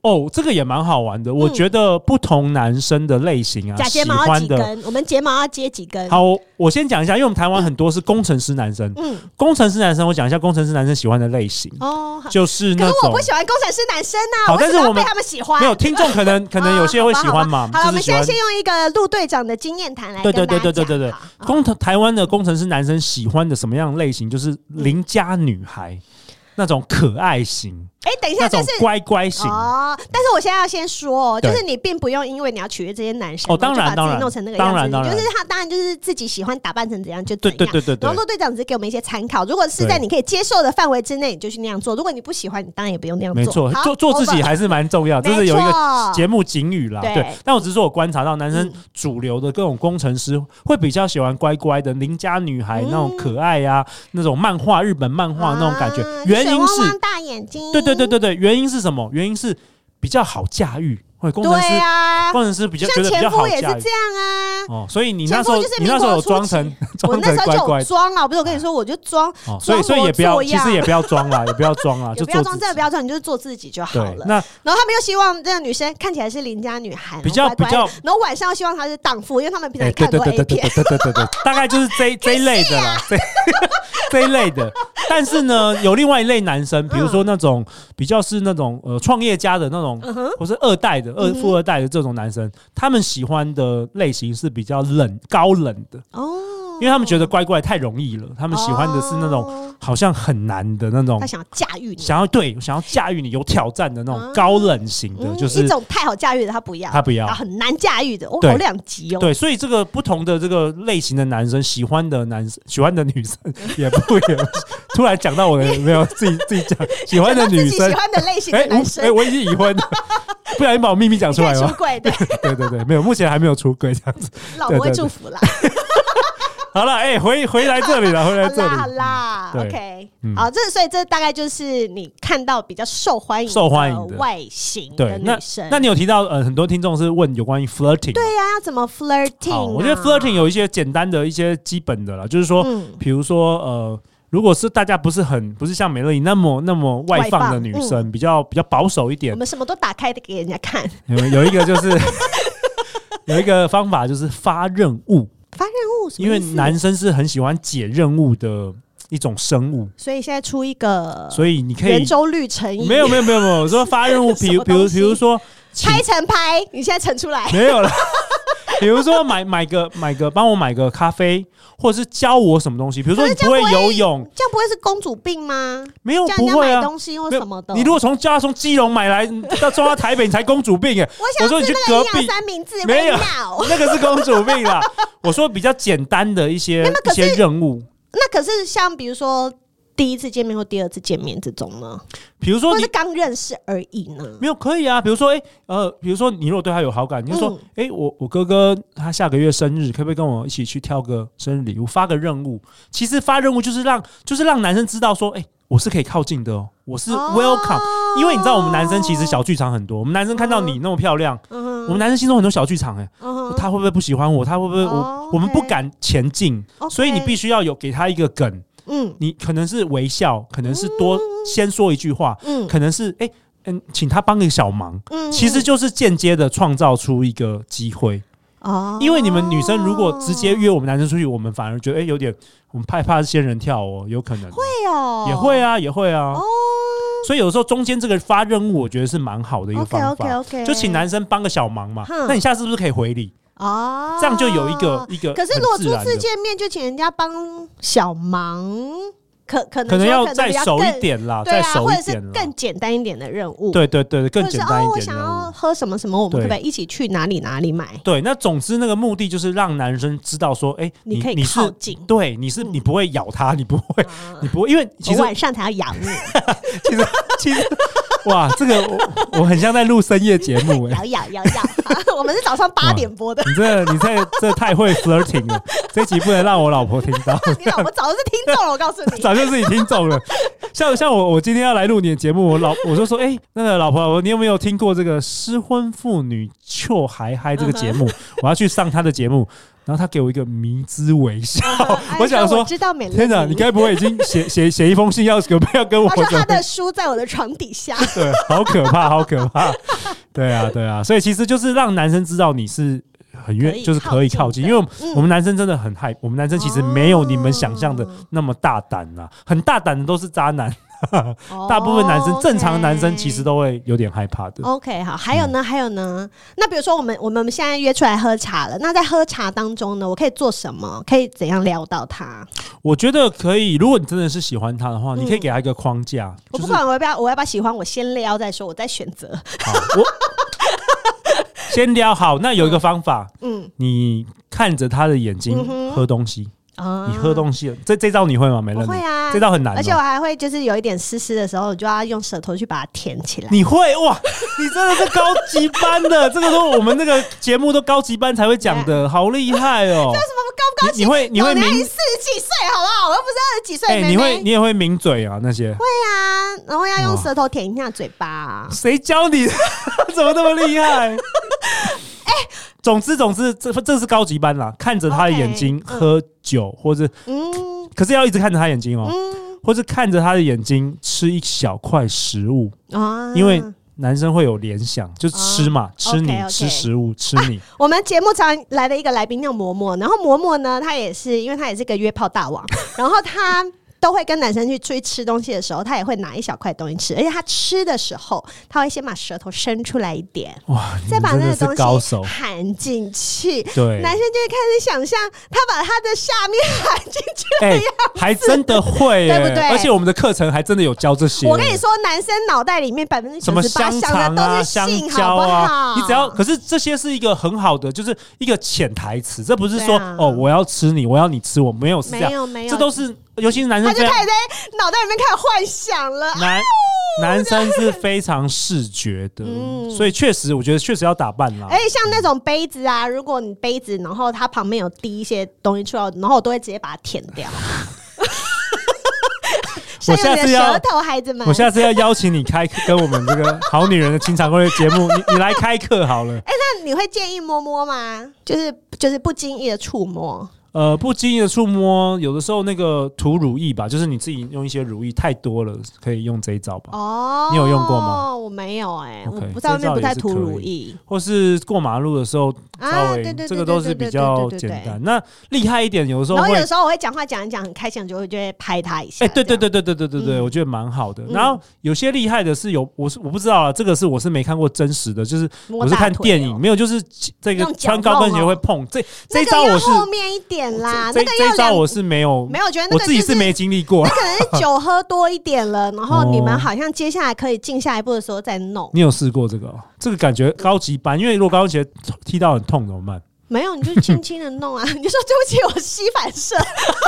哦，这个也蛮好玩的。我觉得不同男生的类型啊， 假睫毛要几根？我们睫毛要接几根？ 好，我先讲一下，因为我们台湾很多是工程师男生。工程师男生，我讲一下工程师男生喜欢的类型。就是那种。可是我不喜欢工程师男生啊， 好，但是我们被他们喜欢。 没有听众可能有些会喜欢嘛。 好了，我们现在先用一个陆队长的经验谈来跟大家讲。 对，台湾的工程师男生喜欢的什么样的类型？就是邻家女孩。那种可爱型， 等一下，就是乖乖型哦。但是我现在要先说，就是你并不用因为你要取悦这些男生， 当然， 就把自己弄成那个样子。 就是他当然就是自己喜欢打扮成怎样就怎样。 对。 然后陆队长只是给我们一些参考，如果是在你可以接受的范围之内，你就去那样做；如果你不喜欢，你当然也不用那样做。 没错，做自己还是蛮重要，这是有一个节目警语啦。对，但我只是说我观察到男生主流的各种工程师会比较喜欢乖乖的邻家女孩那种可爱啊，那种日本漫画那种感觉。原因是眼睛， 对，原因是什么？原因是比较好驾驭，或者工程师比较觉得比较好驾驭， 也是这样啊。 所以你那时候有装成我那时候就有装啊，不是我跟你说，我就装， 所以也不要，其实也不要装啦，也不要装啦， 就不要装，真的不要装，你就是做自己就好了。然后他们又希望这个女生看起来是邻家女孩， 比较， 然后晚上又希望她是荡妇，因为他们平常看过 A 片， 对，大概就是这一类的啦，这一类的。但是呢，有另外一类男生，比如说那种比较是那种创业家的那种，或是二代的富二代的这种男生，他们喜欢的类型是比较高冷的因为他们觉得乖乖太容易了，他们喜欢的是那种好像很难的那种， 他想要驾驭你， 想要驾驭你有挑战的那种高冷型的，就是一种太好驾驭的他不要，很难驾驭的，好两极哦。 对，所以这个不同的这个类型的男生喜欢的女生也不一样。突然讲到我的没有自己讲喜欢的女生， 喜欢的类型的男生， 我已经已婚了，不小心把我秘密讲出来了。 出柜， 对，没有，目前还没有出柜这样子。 老婆会祝福啦。 好了，回来这里了， 好啦 ，OK，好，所以这大概就是你看到比较受欢迎的外形的女生。 那你有提到很多听众是问有关于 flirting， 对呀，要怎么 flirting？ 我觉得 flirting 有一些简单的一些基本的啦，就是说，比如说如果是大家不是像美乐妮那么外放的女生，比较保守一点， 我们什么都打开的给人家看。 有一个就是有一个方法就是发任务。因为男生是很喜欢解任务的一种生物， 所以现在出一个， 所以你可以圆周率乘以没有，我说发任务，比如说拍，你现在乘出来没有了。比如说买个帮我买个咖啡，或者是教我什么东西。比如说你不会游泳， 这样不会是公主病吗？ 没有，不会啊。 买东西或什么的， 你如果从基隆买来，到装到台北，你才公主病哎。 我说你去隔壁三明治， 没有，那个是公主病啦。我说比较简单的一些任务。 那可是像比如说第一次见面或第二次见面这种呢？ 比如说或是刚认识而已呢？ 没有，可以啊。比如说你如果对他有好感，你就说我哥哥他下个月生日，可不可以跟我一起去挑个生日礼物，发个任务？其实发任务就是让男生知道说，我是可以靠近的哦，我是 welcome。因为你知道我们男生其实小剧场很多，我们男生看到你那么漂亮，我们男生心中很多小剧场他会不会不喜欢我？他会不会我们不敢前进，所以你必须要有给他一个梗。你可能是微笑，可能是多先说一句话，可能是请他帮个小忙，其实就是间接的创造出一个机会。因为你们女生如果直接约我们男生出去，我们反而觉得有点我们害怕是仙人跳有可能会哦， 也会啊。所以有时候中间这个发任务，我觉得是蛮好的一个方法。就请男生帮个小忙嘛，那你下次是不是可以回礼？这样就有一个。可是如果初次见面就请人家帮小忙，可能要再熟一点啦，再熟一点啦， 或者是更简单一点的任务。 对，更简单一点的任务。 我想要喝什么什么，我们可不可以一起去哪里买？ 对，那总之那个目的就是让男生知道说， 你可以靠近， 对，你不会咬他，你不会，因为其实我晚上才要咬你。 其实。哇，这个我很像在录深夜节目咬，我们是早上8点播的。 你这太会 flirting 了，这集不能让我老婆听到。 你老婆早就是听众了，我告诉你， 早就是你听众了。像我今天要来录你的节目，我就说，那个老婆，你有没有听过这个失婚妇女糗嗨嗨这个节目？我要去上她的节目。 然后他给我一个迷之微笑，我想说， 我知道美乐妮， 天哪，你该不会已经写一封信要跟我？ 他说他的书在我的床底下， 对，好可怕，好可怕。对啊，所以其实就是让男生知道你是很就是可以靠近，因为我们男生真的很害，我们男生其实没有你们想象的那么大胆啊，很大胆的都是渣男。大部分男生正常男生其实都会有点害怕的。 OK， 好，还有呢？那比如说我们现在约出来喝茶了，那在喝茶当中呢，我可以做什么？可以怎样撩到他？ 我觉得可以，如果你真的是喜欢他的话，你可以给他一个框架。 我不管我要不要喜欢，我先撩再说，我再选择。 好，先撩好。那有一个方法，你看着他的眼睛喝东西。你喝东西了，这招你会吗？美乐妮？ 我会啊， 这招很难， 而且我还会就是有一点湿湿的时候，我就要用舌头去把它舔起来。 你会哇？你真的是高级班的，这个都我们那个节目都高级班才会讲的，好厉害哦！ 这有什么高不高级？ 你会抿 40几岁好不好？我又不是20几岁妹妹。 你也会抿嘴啊那些？会啊，然后要用舌头舔一下嘴巴啊。 谁教你？怎么那么厉害？总之，这是高级班啦。看着他的眼睛喝酒，或者可是要一直看着他眼睛哦，或者看着他的眼睛吃一小块食物，因为男生会有联想，就是吃嘛，吃你，吃食物，吃你。 我们节目常来的一个来宾叫嬷嬷，然后嬷嬷呢，他也是因为他也是个约炮大王，然后他都会跟男生出去吃东西的时候，他也会拿一小块东西吃，而且他吃的时候，他会先把舌头伸出来一点， 哇， 再把那个东西含进去。对，男生就会开始想象他把他的下面含进去的样子， 还真的会， 对不对？ 而且我们的课程还真的有教这些。 我跟你说，男生脑袋里面98% 什么香肠啊、香蕉啊，你只要，可是这些是一个很好的，就是一个潜台词，这不是说我要吃你，我要你吃我，没有是这样，没有，这都是。尤其是男生， 他就开始在脑袋里面开始幻想了。 男生是非常视觉的，所以确实，我觉得确实要打扮啦。 而且像那种杯子啊，如果你杯子，然后它旁边有滴一些东西出来，然后我都会直接把它舔掉。 我下次要舌头，孩子们， 我下次要邀请你跟我们这个好女人的情场攻略节目，你来开课好了。 那你会建议摸摸吗？就是不经意的触摸。 不经意的触摸，有的时候那个涂乳液吧，就是你自己用一些乳液太多了，可以用这一招吧。你有用过吗？ 我没有我不知道那边不太涂乳液， 或是过马路的时候稍微，这个都是比较简单。那厉害一点，有的时候， 然后有时候我会讲话讲一讲，很开心，就会拍他一下。 对，我觉得蛮好的。然后有些厉害的是我不知道啊，这个是没看过真实的，就是我是看电影，没有就是这个穿高跟鞋会碰这一招，我是后面一点。这一招我是没有， 觉得我自己是没经历过。 那可能是酒喝多一点了，然后你们好像接下来可以进下一步的时候再弄。 你有试过这个？这个感觉高级班，因为如果高跟鞋踢到很痛怎么办？ 没有，你就轻轻的弄啊！你就说对不起，我膝反射。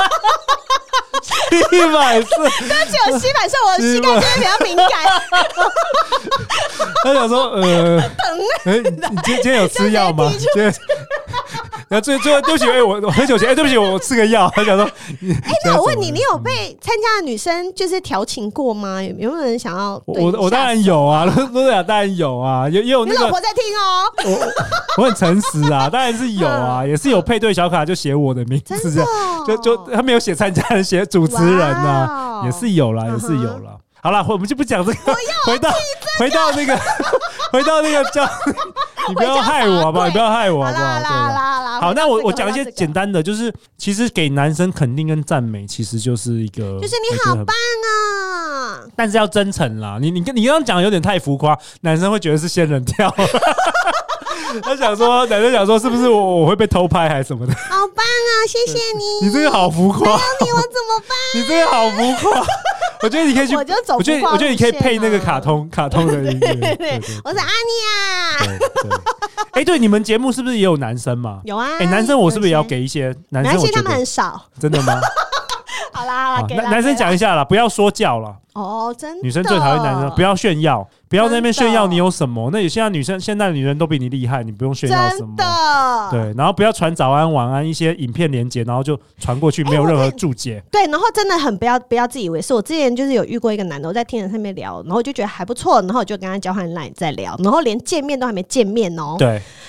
膝反射， 对不起，我膝反射，我的膝盖这边比较敏感。 他想说，你今天有吃药吗？然后最后对不起，我喝酒前，对不起，我吃个药。他想说， 那我问你，你有被参加的女生就是调情过吗？有没有人想要？ 我当然有啊，罗德雅当然有啊，也有那个。 你老婆在听哦。 我很诚实啊，当然是有啊，也是有配对小卡就写我的名字这样，就他没有写参加人，写主持人啊，也是有啦，也是有啦。好了，我们就不讲这个，回到那个叫你不要害我好不好？你不要害我好不好？好，那我讲一些简单的，就是其实给男生肯定跟赞美，其实就是一个， 就是你好棒啊， 但是要真诚啦。你刚刚讲有点太浮夸，男生会觉得是仙人跳。男生想说是不是我会被偷拍还是什么的？ 好棒啊，谢谢你！ 你这个好浮夸， 没有你我怎么办？ 你这个好浮夸。我觉得你可以去，我觉得你可以配那个卡通的音乐。 对，我是阿尼亚。 对，你们节目是不是也有男生嘛？ 有啊。 男生我是不是也要给一些男生？ 而且他们很少。 真的吗？ 好啦，给男生讲一下啦，不要说教啦。 真的。 女生最讨厌男生，不要炫耀，不要在那边炫耀你有什么。那现在女人都比你厉害，你不用炫耀什么。真的。对，然后不要传早安晚安一些影片连结，然后就传过去，没有任何注解。 对，然后真的很不要自以为是。我之前就是有遇过一个男的，我在听人上面聊，然后我就觉得还不错，然后我就跟他交换 LINE 再聊，然后连见面都还没见面哦。 对。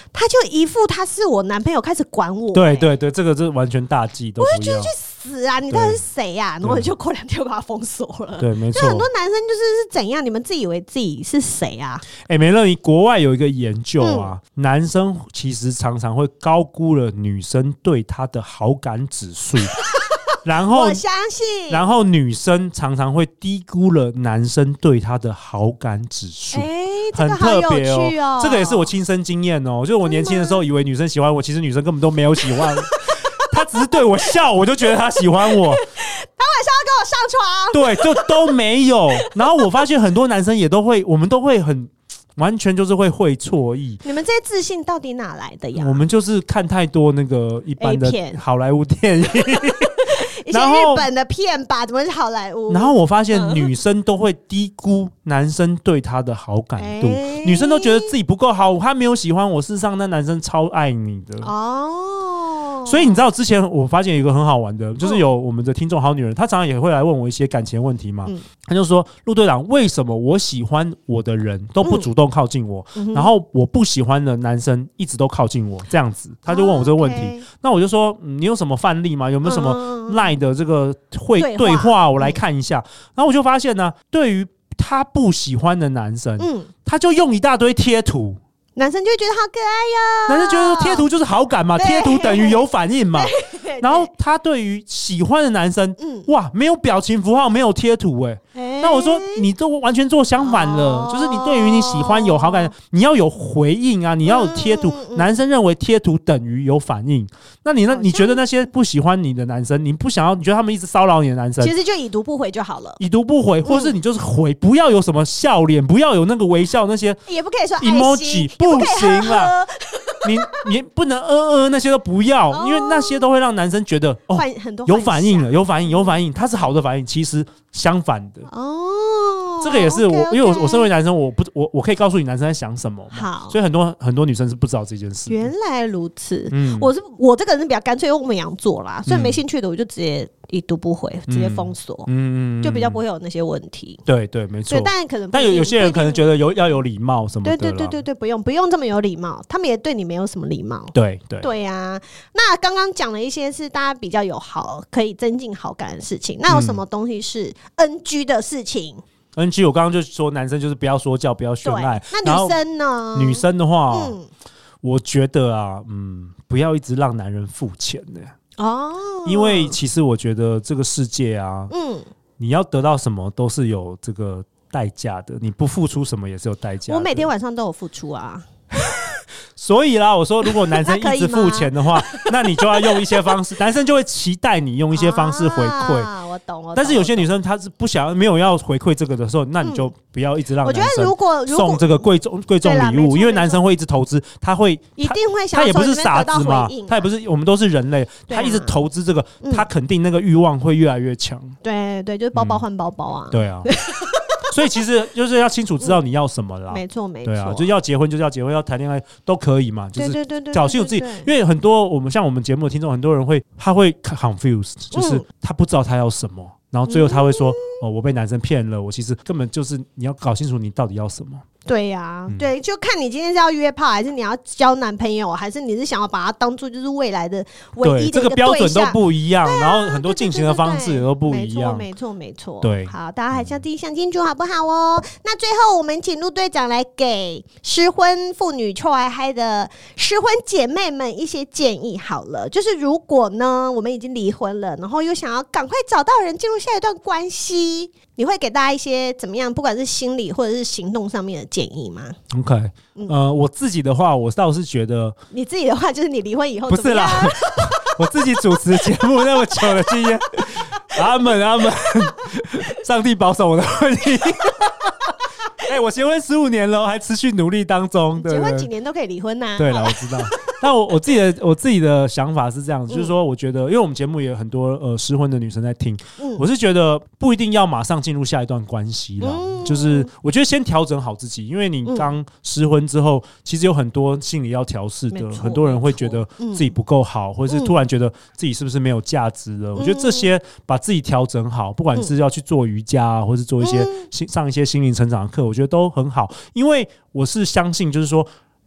他就一副他是我男朋友开始管我、 对对对，这个是完全大忌，都不要。 我就觉得去死啊！你到底是谁啊？然后我就过2天把他封锁了。 对，没错。 就很多男生就是怎样？你们自以为自己是谁啊？ 美乐妮，国外有一个研究啊，男生其实常常会高估了女生对他的好感指数。然后我相信， 然后女生常常会低估了男生对她的好感指数，很特别哦。这个也是我亲身经验哦，就是我年轻的时候以为女生喜欢我，其实女生根本都没有喜欢我，她只是对我笑，我就觉得她喜欢我。 她晚上要跟我上床， 对，就都没有。然后我发现很多男生也都会，我们都会很。完全就是会错意。 你们这些自信到底哪来的呀？ 我们就是看太多那个一般的好莱坞电影。 一些日本的片吧，怎么是好莱坞？ 然后我发现女生都会低估男生对她的好感度，女生都觉得自己不够好，他没有喜欢我，事实上那男生超爱你的哦。所以你知道之前我发现有一个很好玩的，就是有我们的听众好女人，她常常也会来问我一些感情问题嘛。她就说：“陆队长，为什么我喜欢我的人都不主动靠近我，然后我不喜欢的男生一直都靠近我？这样子。”她就问我这个问题。那我就说：“你有什么范例吗？有没有什么赖的这个对话？我来看一下。”然后我就发现呢，对于他不喜欢的男生，他就用一大堆贴图。 男生就会觉得好可爱哟， 男生觉得贴图就是好感嘛，贴图等于有反应嘛。然后他对于喜欢的男生，哇，没有表情符号，没有贴图，那我说你都完全做相反了，就是你对于你喜欢有好感，你要有回应啊，你要有贴图。男生认为贴图等于有反应，那你觉得那些不喜欢你的男生，你不想要，你觉得他们一直骚扰你的男生， 其实就已读不回就好了， 已读不回，或是你就是回，不要有什么笑脸，不要有那个微笑，那些也不可以说 emoji， 不行啦。你不能那些都不要，因为那些都会让男生觉得哦，有反应了，有反应，它是好的反应，其实相反的哦。这个也是我，因为我身为男生，我可以告诉你男生在想什么嘛。好，所以很多女生是不知道这件事。 原来如此，我这个人是比较干脆，用牧羊座啦，所以没兴趣的我就直接已读不回，直接封锁，就比较不会有那些问题。 对对，没错。 但有些人可能觉得要有礼貌什么的。 对，不用这么有礼貌，他们也对你没有什么礼貌。对啊。那刚刚讲了一些是大家比较有可以增进好感的事情，那有什么东西是 NG 的事情 ？NG， 我刚刚就说男生就是不要说教，不要炫爱。 那女生呢？ 女生的话，我觉得啊，不要一直让男人付钱的哦。因为其实我觉得这个世界啊，你要得到什么都是有这个代价的，你不付出什么也是有代价的。 我每天晚上都有付出啊。 所以啦，我说如果男生一直付钱的话，那你就要用一些方式，男生就会期待你用一些方式回馈。 我懂。 但是有些女生她是不想要，没有要回馈这个的时候，那你就不要一直让男生。 我觉得如果送这个贵重礼物，因为男生会一直投资， 一定会想他也不是傻子嘛，他也不是，我们都是人类，他一直投资这个，他肯定那个欲望会越来越强。 对，就是包包换包包啊。 对啊。所以其实就是要清楚知道你要什么啦， 没错， 对啊，就要结婚就是要结婚，要谈恋爱都可以嘛，就是搞清楚自己。因为很多我们节目的听众，很多人会 confused， 就是他不知道他要什么，然后最后他会说哦，我被男生骗了，我其实根本就是你要搞清楚你到底要什么。 对呀，对，就看你今天是要约炮，还是你要交男朋友，还是你是想要把他当做就是未来的唯一的一个对象。 这个标准都不一样，然后很多进行的方式也都不一样。 没错。 对， 好，大家还是要自己想清楚，好不好哦？那最后我们请陆队长来给失婚妇女臭嗨嗨的失婚姐妹们一些建议。好了，就是如果呢我们已经离婚了，然后又想要赶快找到人进入下一段关系，你会给大家一些怎么样，不管是心理或者是行动上面的建议吗？ OK， 我自己的话，我倒是觉得， 你自己的话就是你离婚以后不是啦，我自己主持节目那么久的经验，阿门，上帝保守我的婚姻。我结婚15年了，还持续努力当中。 结婚几年都可以离婚呐。 对了，我知道。但我自己的想法是这样子，就是说，我觉得，因为我们节目也有很多失婚的女生在听，我是觉得不一定要马上进入下一段关系啦。就是我觉得先调整好自己，因为你刚失婚之后，其实有很多心理要调试的，很多人会觉得自己不够好，或者是突然觉得自己是不是没有价值了。我觉得这些把自己调整好，不管是要去做瑜伽啊，或是做一些上一些心灵成长的课，我觉得都很好。因为我是相信，就是说，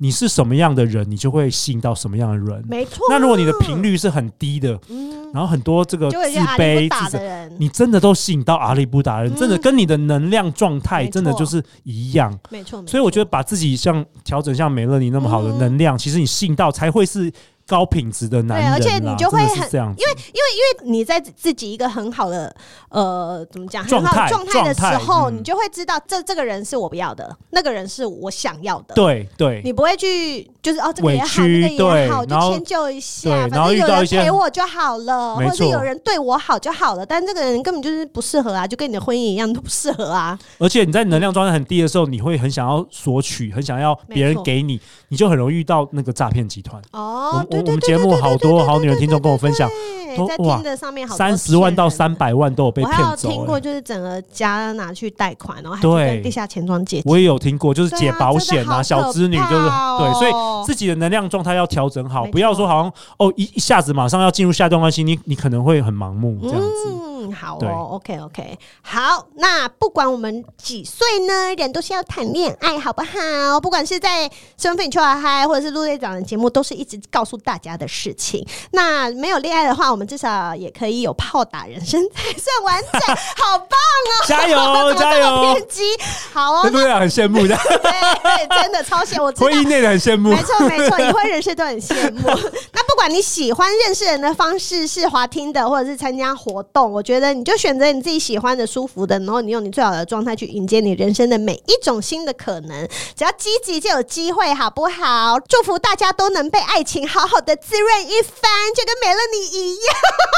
你是什么样的人，你就会吸引到什么样的人。 没错。 那如果你的频率是很低的，然后很多这个自卑、自责，你真的都吸引到阿里不达人，真的跟你的能量状态真的就是一样。 没错。 所以我觉得把自己调整像美乐妮那么好的能量，其实你吸引到才会是高品质的男人啦。 对，而且你就会很这样， 因为你在自己一个很好的怎么讲状态的时候，你就会知道这个人是我不要的，那个人是我想要的。 对对， 你不会去就是这个也好，那个也好，就迁就一下，反正有人陪我就好了，或者是有人对我好就好了。但这个人根本就是不适合啊，就跟你的婚姻一样，都不适合啊。 而且你在能量状态很低的时候，你会很想要索取，很想要别人给你，你就很容易遇到那个诈骗集团。 哦， 我们节目好多好女人听众跟我分享， 在听的上面好多 30万到300万都有被骗走。 我还有听过，就是整个家拿去贷款，然后还去跟地下钱庄借钱。 我也有听过，就是解保险啊，小资女就是对，所以自己的能量状态要调整好，不要说好像一下子马上要进入下一段关系，你可能会很盲目这样子。 好哦 ，OK， 好。那不管我们几岁呢，人都是要谈恋爱，好不好？不管是在身份秋嗨，或者是陆队长的节目，都是一直告诉大家的事情。那没有恋爱的话，我们至少也可以有炮打人生才算完整，好棒哦！ 加油加油！ 偏激，好哦， 对啊，很羡慕的， 对，真的超羡慕。我知道婚姻内的很羡慕， 没错，已婚人士都很羡慕。那不管你喜欢认识人的方式是滑听的，或者是参加活动，我觉得你就选择你自己喜欢的、舒服的，然后你用你最好的状态去迎接你人生的每一种新的可能。只要积极就有机会，好不好？祝福大家都能被爱情好好的滋润一番，就跟美乐妮一样。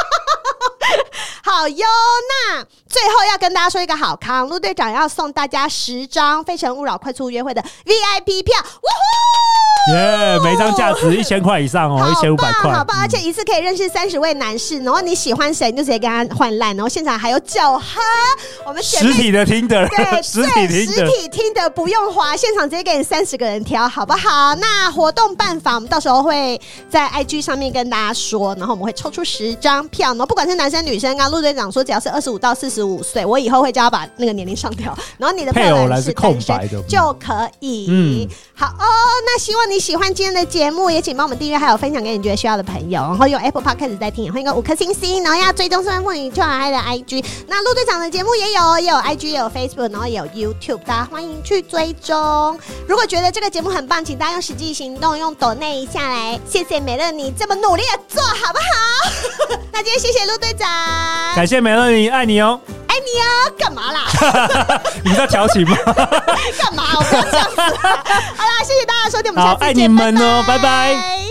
好哟，那最后要跟大家说一个好康，陆队长要送大家10张非诚勿扰快速约会的 VIP 票，呜呼！ 耶！每张价值1000块以上哦，1500块， 好棒！而且一次可以认识30位男士，然后你喜欢谁，你就直接跟他换烂，然后现场还有酒喝。我们实体的听的， 对， 实体听的不用滑，现场直接给你30个人挑，好不好？那活动办法我们到时候会在 IG 上面跟大家说，然后我们会抽出10张票，然后不管是男生女生，刚刚陆队长说只要是25到45岁，我以后会叫他把那个年龄上调，然后你的配偶栏是空白的就可以。好哦，那希望你喜欢今天的节目，也请帮我们订阅，还有分享给你觉得需要的朋友，然后用 Apple Podcast 在听，也欢迎个5颗星星，然后要追踪身份妇女就好爱的 IG。那陆队长的节目也有 IG， 也有 Facebook， 然后也有 YouTube， 大家欢迎去追踪。如果觉得这个节目很棒，请大家用实际行动，用抖内一下来，谢谢美乐妮这么努力的做，好不好？那今天谢谢陆队长， 感谢美乐妮，爱你哦。 爱你啊！干嘛啦？ 你在调情吗？ 干嘛？我不要这样子。好啦，谢谢大家收听，我们下次见， 好，爱你们哦，拜拜。